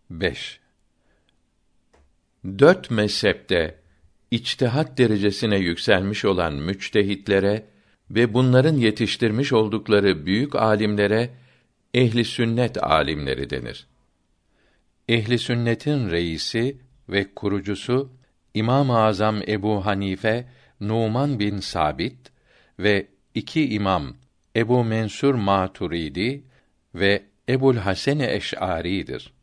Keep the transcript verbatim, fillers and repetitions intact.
beş. Dört mezhepte içtihat derecesine yükselmiş olan müçtehitlere ve bunların yetiştirmiş oldukları büyük alimlere ehli sünnet alimleri denir. Ehli sünnetin reisi ve kurucusu İmam-ı Azam Ebu Hanife Numan bin Sabit ve iki imam Ebu Mensur Maturidi ve Ebu'l Hasen Eş'ari'dir.